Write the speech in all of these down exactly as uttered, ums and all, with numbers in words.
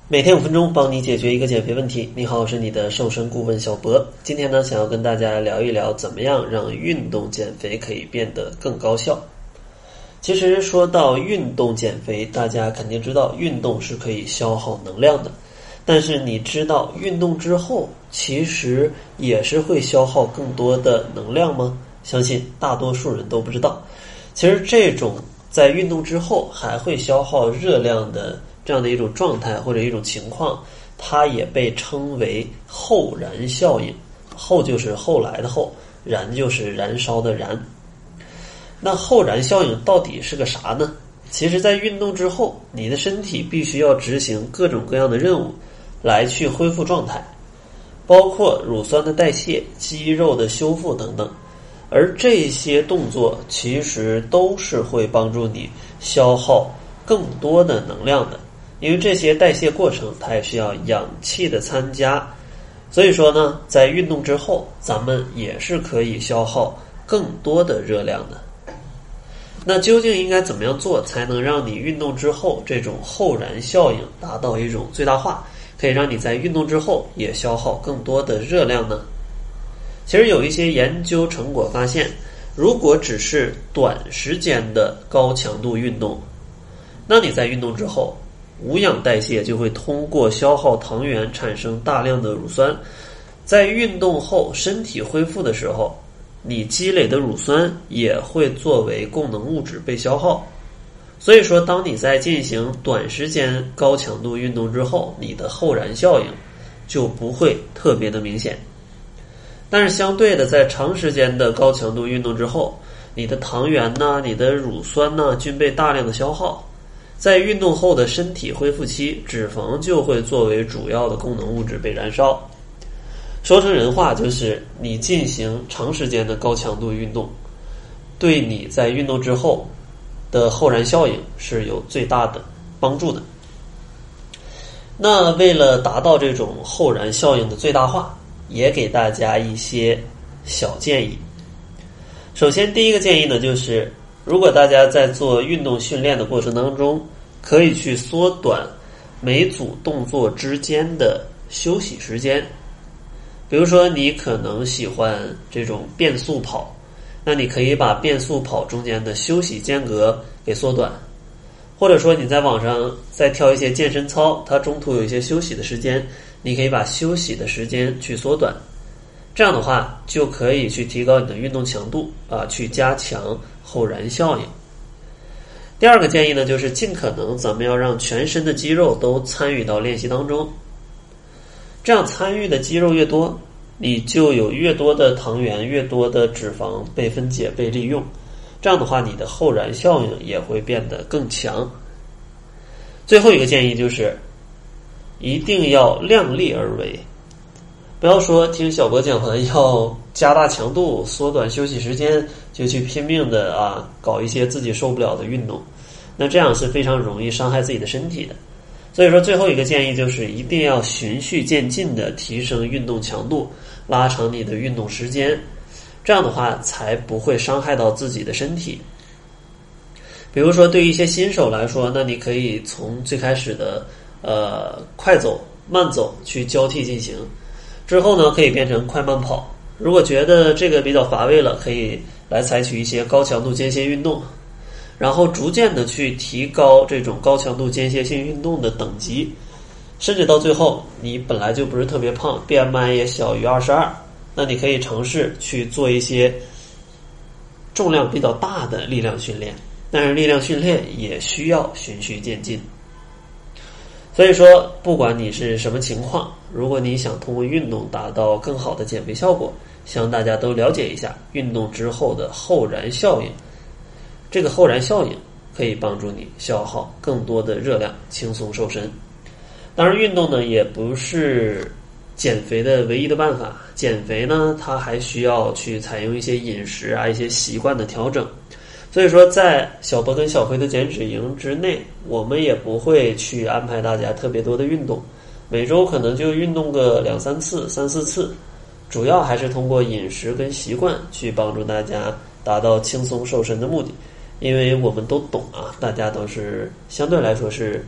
每天五分钟，帮你解决一个减肥问题。你好，我是你的瘦身顾问小博。今天呢，想要跟大家聊一聊，怎么样让运动减肥可以变得更高效。其实说到运动减肥，大家肯定知道，运动是可以消耗能量的。但是你知道，运动之后其实也是会消耗更多的能量吗？相信大多数人都不知道。其实这种在运动之后还会消耗热量的这样的一种状态或者一种情况，它也被称为后燃效应。后就是后来的后，燃就是燃烧的燃。那后燃效应到底是个啥呢？其实在运动之后，你的身体必须要执行各种各样的任务来去恢复状态，包括乳酸的代谢、肌肉的修复等等。而这些动作其实都是会帮助你消耗更多的能量的，因为这些代谢过程它也需要氧气的参加。所以说呢，在运动之后，咱们也是可以消耗更多的热量的。那究竟应该怎么样做才能让你运动之后这种后燃效应达到一种最大化，可以让你在运动之后也消耗更多的热量呢？其实有一些研究成果发现，如果只是短时间的高强度运动，那你在运动之后，无氧代谢就会通过消耗糖原产生大量的乳酸，在运动后身体恢复的时候，你积累的乳酸也会作为供能物质被消耗。所以说，当你在进行短时间高强度运动之后，你的后燃效应就不会特别的明显。但是相对的，在长时间的高强度运动之后，你的糖原呢，你的乳酸呢，均被大量的消耗。在运动后的身体恢复期，脂肪就会作为主要的供能物质被燃烧。说成人话就是，你进行长时间的高强度运动，对你在运动之后的后燃效应是有最大的帮助的。那为了达到这种后燃效应的最大化，也给大家一些小建议。首先第一个建议呢，就是如果大家在做运动训练的过程当中，可以去缩短每组动作之间的休息时间。比如说你可能喜欢这种变速跑，那你可以把变速跑中间的休息间隔给缩短。或者说你在网上再跳一些健身操，它中途有一些休息的时间，你可以把休息的时间去缩短。这样的话就可以去提高你的运动强度啊，去加强后燃效应。第二个建议呢，就是尽可能咱们要让全身的肌肉都参与到练习当中。这样参与的肌肉越多，你就有越多的糖原、越多的脂肪被分解、被利用。这样的话，你的后燃效应也会变得更强。最后一个建议就是，一定要量力而为。不要说听小博讲完要加大强度、缩短休息时间，就去拼命的啊搞一些自己受不了的运动，那这样是非常容易伤害自己的身体的。所以说最后一个建议就是一定要循序渐进的提升运动强度，拉长你的运动时间，这样的话才不会伤害到自己的身体。比如说对于一些新手来说，那你可以从最开始的呃快走、慢走去交替进行，之后呢可以变成快慢跑。如果觉得这个比较乏味了，可以来采取一些高强度间歇运动，然后逐渐的去提高这种高强度间歇性运动的等级，甚至到最后你本来就不是特别胖， B M I 也小于二十二，那你可以尝试去做一些重量比较大的力量训练。但是力量训练也需要循序渐进。所以说不管你是什么情况，如果你想通过运动达到更好的减肥效果，希望大家都了解一下运动之后的后燃效应。这个后燃效应可以帮助你消耗更多的热量，轻松瘦身。当然运动呢也不是减肥的唯一的办法，减肥呢它还需要去采用一些饮食啊、一些习惯的调整。所以说在小博跟小辉的减脂营之内，我们也不会去安排大家特别多的运动，每周可能就运动个两三次、三四次，主要还是通过饮食跟习惯去帮助大家达到轻松瘦身的目的。因为我们都懂啊，大家都是相对来说是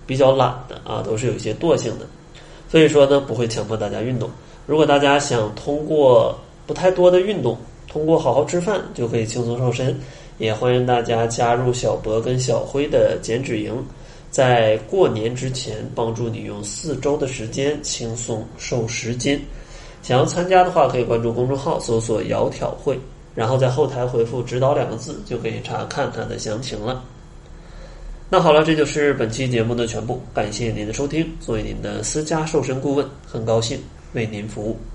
比较懒的啊，都是有一些惰性的，所以说呢不会强迫大家运动。如果大家想通过不太多的运动，通过好好吃饭就可以轻松瘦身，也欢迎大家加入小博跟小辉的减脂营，在过年之前帮助你用四周的时间轻松瘦十斤。想要参加的话，可以关注公众号搜索窈窕会，然后在后台回复指导两个字就可以查看它的详情了。那好了，这就是本期节目的全部，感谢您的收听。作为您的私家瘦身顾问，很高兴为您服务。